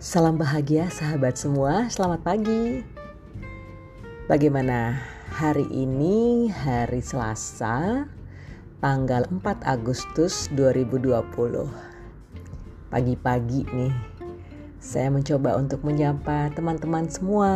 Salam bahagia sahabat semua, selamat pagi. Bagaimana hari ini, hari Selasa, tanggal 4 Agustus 2020. Pagi-pagi nih, saya mencoba untuk menyapa teman-teman semua.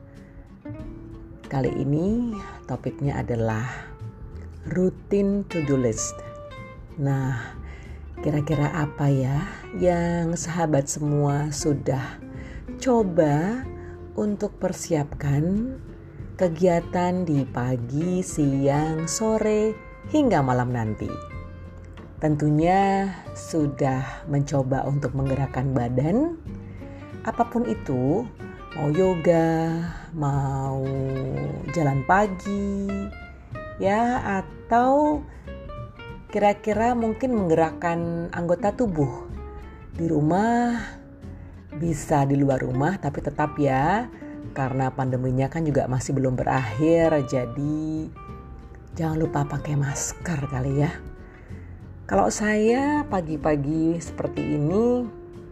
Kali ini topiknya adalah routine to-do list. Nah, kira-kira apa ya yang sahabat semua sudah coba untuk persiapkan kegiatan di pagi, siang, sore, hingga malam nanti? Tentunya sudah mencoba untuk menggerakkan badan, apapun itu, mau yoga, mau jalan pagi, ya, atau kira-kira mungkin menggerakkan anggota tubuh di rumah, bisa di luar rumah, tapi tetap ya, karena pandeminya kan juga masih belum berakhir, jadi jangan lupa pakai masker kali ya. Kalau saya pagi-pagi seperti ini,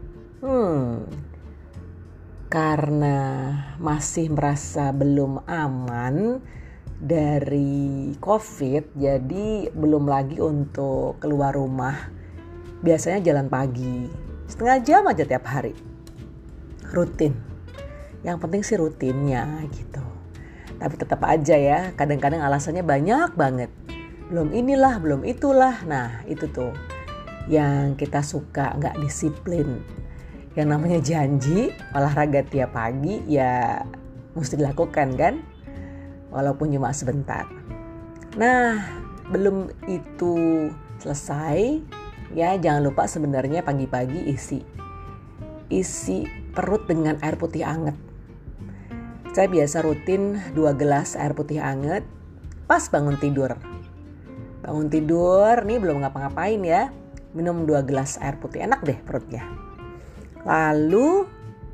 karena masih merasa belum aman dari COVID, jadi belum lagi untuk keluar rumah. Biasanya jalan pagi, setengah jam aja tiap hari. Rutin. Yang penting sih rutinnya gitu. Tapi tetap aja ya, kadang-kadang alasannya banyak banget. Belum inilah, belum itulah. Nah, itu tuh yang kita suka gak disiplin. Yang namanya janji, olahraga tiap pagi ya mesti dilakukan kan? Walaupun cuma sebentar. Nah, belum itu selesai, ya jangan lupa sebenarnya pagi-pagi isi perut dengan air putih anget. Saya biasa rutin 2 gelas air putih anget pas bangun tidur. Bangun tidur, nih belum ngapa-ngapain ya, minum 2 gelas air putih, enak deh perutnya. Lalu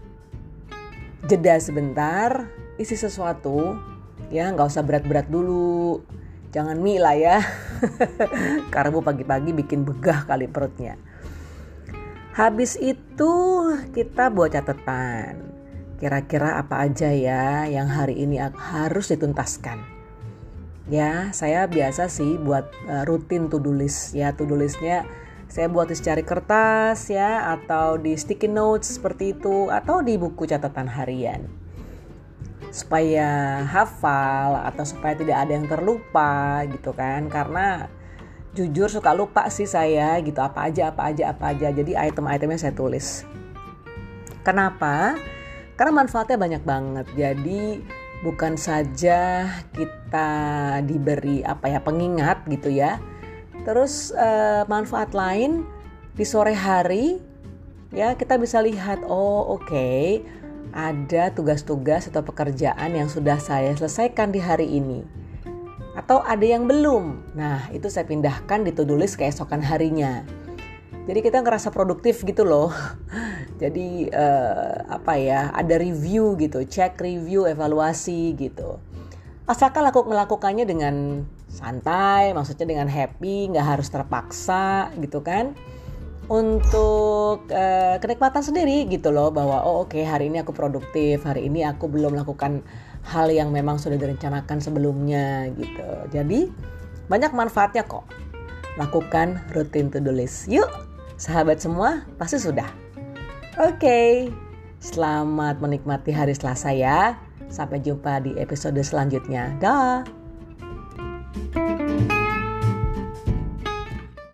jeda sebentar, isi sesuatu. Ya gak usah berat-berat dulu. Jangan mie lah ya. Karbo pagi-pagi bikin begah kali perutnya. Habis itu kita buat catatan. Kira-kira apa aja ya yang hari ini harus dituntaskan. Ya, saya biasa sih buat rutin to-do list. Ya, to-do listnya saya buat di secari kertas ya, atau di sticky notes seperti itu, atau di buku catatan harian. Supaya hafal atau supaya tidak ada yang terlupa gitu kan, karena jujur suka lupa sih saya gitu, apa aja. Jadi item-itemnya saya tulis. Kenapa? Karena manfaatnya banyak banget. Jadi bukan saja kita diberi pengingat gitu ya, terus manfaat lain di sore hari ya, kita bisa lihat oke, ada tugas-tugas atau pekerjaan yang sudah saya selesaikan di hari ini. Atau ada yang belum. Nah, itu saya pindahkan di to-do list keesokan harinya. Jadi kita ngerasa produktif gitu loh. Jadi ada review gitu, cek review, evaluasi gitu. Asalkan melakukannya dengan santai, maksudnya dengan happy, nggak harus terpaksa gitu kan. Untuk kenikmatan sendiri gitu loh, bahwa hari ini aku produktif, hari ini aku belum melakukan hal yang memang sudah direncanakan sebelumnya gitu. Jadi banyak manfaatnya kok lakukan routine to-do list. Yuk sahabat semua, pasti sudah. Oke, selamat menikmati hari Selasa ya. Sampai jumpa di episode selanjutnya. Dah.